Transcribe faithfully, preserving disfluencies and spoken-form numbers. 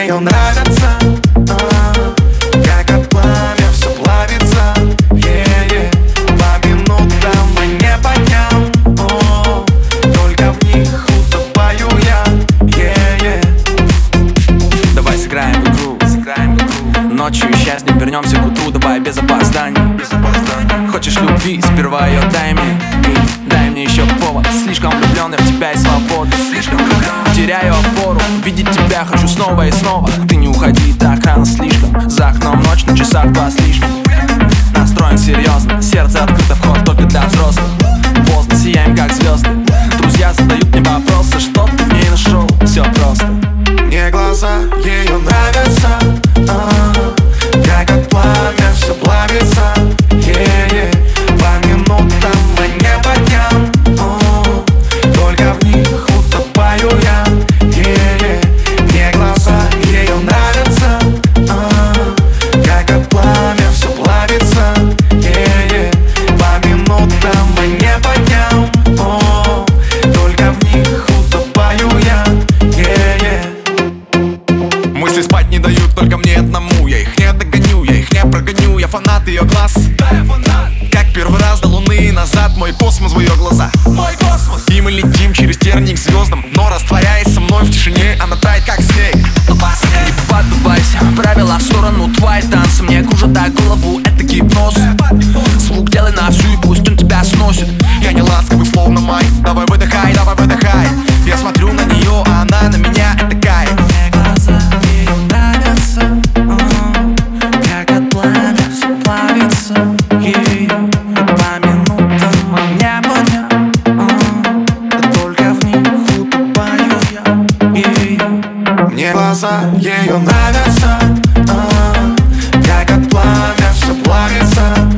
ее нравится, а, как от пламя все плавится, е-е. По минутам и не по дням, о, только в них утопаю я, е-е. Давай сыграем в игру, сыграем в игру. Ночью исчезнем, вернемся к утру, давай без опозданий, без опозданий. Хочешь любви, сперва ее дай мне, и дай мне еще повод. Слишком влюбленный в тебя и свободы, слишком влюбленный, теряю опору. Видеть тебя хочу снова и снова. Ты не уходи так рано слишком. За окном ночь, на часах два слишком. Настроен серьезно, сердце открыто, вход только для взрослых. Поздно сияем как звезды. Друзья задают мне вопросы, что ты в ней нашел? Все просто. Мне глаза ее нравятся, а, как от пламя все плавится, е-е. По минутам и не по дням, о, только в них утопаю я, е-е. Мне глаза ее нравятся, а, как от пламя все плавится, е-е. По минутам и не по дням, о, только в них утопаю я, е-е. Мысли спать не дают только мне одному. Я их не догоню, я их не прогоню. Я фанат ее глаз, как первый раз до луны назад. Мой космос в ее глаза, мой космос. И мы летим через терник к звездам, но растворяясь со мной в тишине, она тает как снег. Не поддавайся, правила в сторону, твои танцы мне кружат до голову, это гипноз. Звук делай на всю и пусть он тебя сносит. Я не ласковый, словно май. Давай выдыхай, давай выдыхай. Я смотрю на нее, а она на меня, это кайф. Мне глаза ее нравятся, а, как от пламя все плавится,